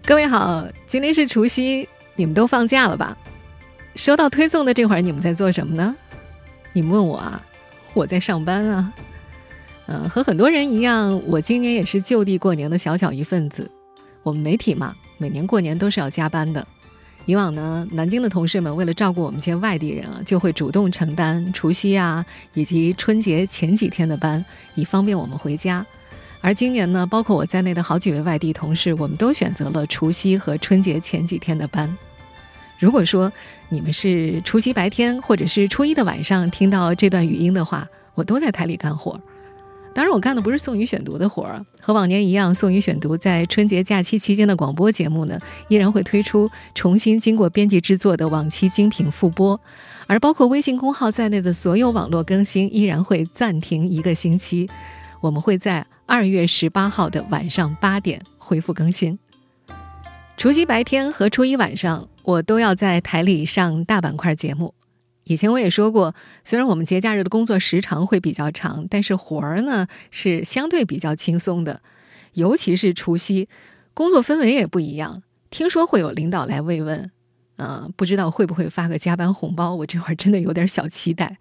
各位好，今天是除夕，你们都放假了吧？收到推送的这会儿，你们在做什么呢？你们问我啊，我在上班啊。和很多人一样，我今年也是就地过年的小小一份子。我们媒体嘛，每年过年都是要加班的。以往呢，南京的同事们为了照顾我们这些外地人啊，就会主动承担除夕啊以及春节前几天的班，以方便我们回家。而今年呢，包括我在内的好几位外地同事，我们都选择了除夕和春节前几天的班。如果说你们是除夕白天或者是初一的晚上听到这段语音的话，我都在台里干活。当然我干的不是宋宇选读的活儿，和往年一样，宋宇选读在春节假期期间的广播节目呢，依然会推出重新经过编辑制作的往期精品复播，而包括微信公号在内的所有网络更新依然会暂停1个星期。我们会在2月18号的晚上8点恢复更新。除夕白天和初一晚上，我都要在台里上大板块节目。以前我也说过，虽然我们节假日的工作时长会比较长，但是活儿呢是相对比较轻松的。尤其是除夕，工作氛围也不一样。听说会有领导来慰问，不知道会不会发个加班红包，我这会儿真的有点小期待。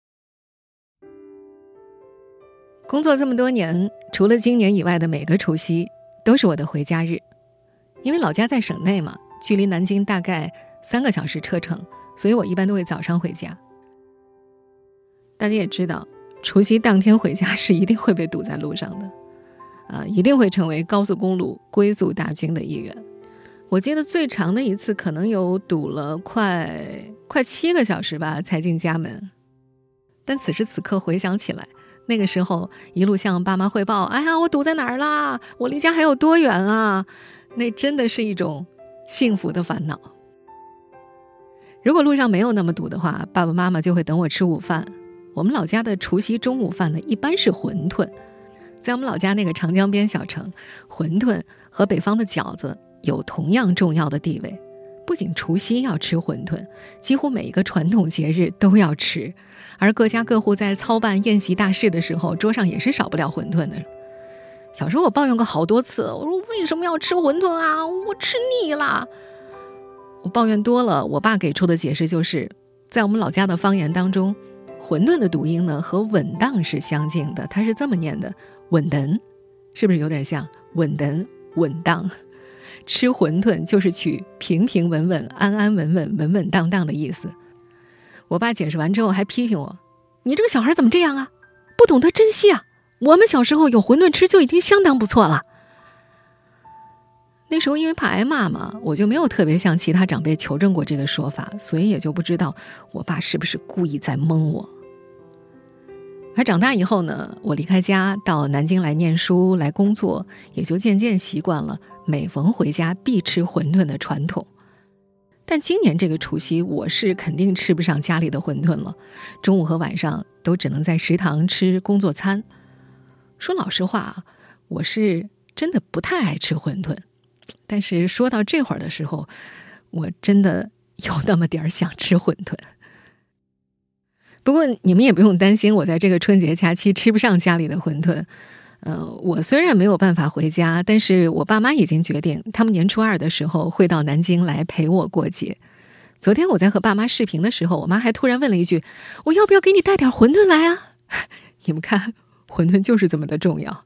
工作这么多年，除了今年以外的每个除夕都是我的回家日。因为老家在省内嘛，距离南京大概3个小时车程，所以我一般都会早上回家。大家也知道，除夕当天回家是一定会被堵在路上的，一定会成为高速公路归宿大军的一员。我记得最长的一次可能有堵了快7个小时吧，才进家门。但此时此刻回想起来，那个时候一路向爸妈汇报，哎呀，我堵在哪儿啦？我离家还有多远啊？那真的是一种幸福的烦恼。如果路上没有那么堵的话，爸爸妈妈就会等我吃午饭。我们老家的除夕中午饭呢，一般是馄饨。在我们老家那个长江边小城，馄饨和北方的饺子有同样重要的地位。不仅除夕要吃馄饨，几乎每一个传统节日都要吃。而各家各户在操办宴席大事的时候，桌上也是少不了馄饨的。小时候我抱怨过好多次，我说为什么要吃馄饨啊？我吃腻了。我抱怨多了，我爸给出的解释就是，在我们老家的方言当中，馄饨的读音呢和稳当是相近的，它是这么念的，稳当，是不是有点像稳当稳当？吃馄饨就是取平平稳稳、安安稳稳、稳稳当当的意思。我爸解释完之后还批评我，你这个小孩怎么这样啊？不懂得珍惜啊！我们小时候有馄饨吃就已经相当不错了。那时候因为怕挨骂嘛，我就没有特别向其他长辈求证过这个说法，所以也就不知道我爸是不是故意在蒙我。而长大以后呢，我离开家到南京来念书来工作，也就渐渐习惯了每逢回家必吃馄饨的传统。但今年这个除夕，我是肯定吃不上家里的馄饨了，中午和晚上都只能在食堂吃工作餐。说老实话啊，我是真的不太爱吃馄饨，但是说到这会儿的时候，我真的有那么点想吃馄饨。不过你们也不用担心我在这个春节假期吃不上家里的馄饨。我虽然没有办法回家，但是我爸妈已经决定，他们年初2的时候会到南京来陪我过节。昨天我在和爸妈视频的时候，我妈还突然问了一句，我要不要给你带点馄饨来啊？你们看，馄饨就是这么的重要。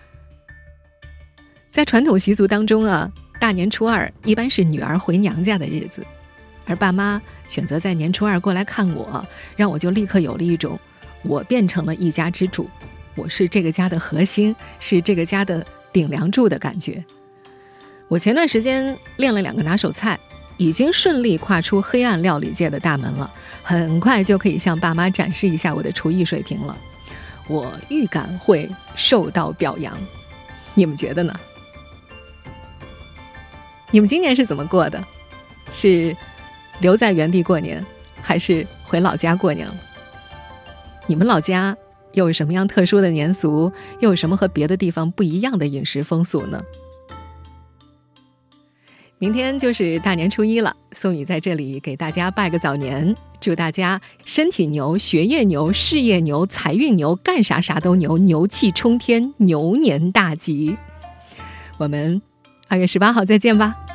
在传统习俗当中啊，大年初2一般是女儿回娘家的日子，而爸妈选择在年初2过来看我，让我就立刻有了一种我变成了一家之主，我是这个家的核心，是这个家的顶梁柱的感觉。我前段时间练了2个拿手菜，已经顺利跨出黑暗料理界的大门了，很快就可以向爸妈展示一下我的厨艺水平了。我预感会受到表扬，你们觉得呢？你们今年是怎么过的？是留在原地过年，还是回老家过年？你们老家又有什么样特殊的年俗，又有什么和别的地方不一样的饮食风俗呢？明天就是大年初1了，宋宇在这里给大家拜个早年，祝大家身体牛、学业牛、事业牛、财运牛，干啥啥都牛，牛气冲天，牛年大吉。我们2月18号再见吧。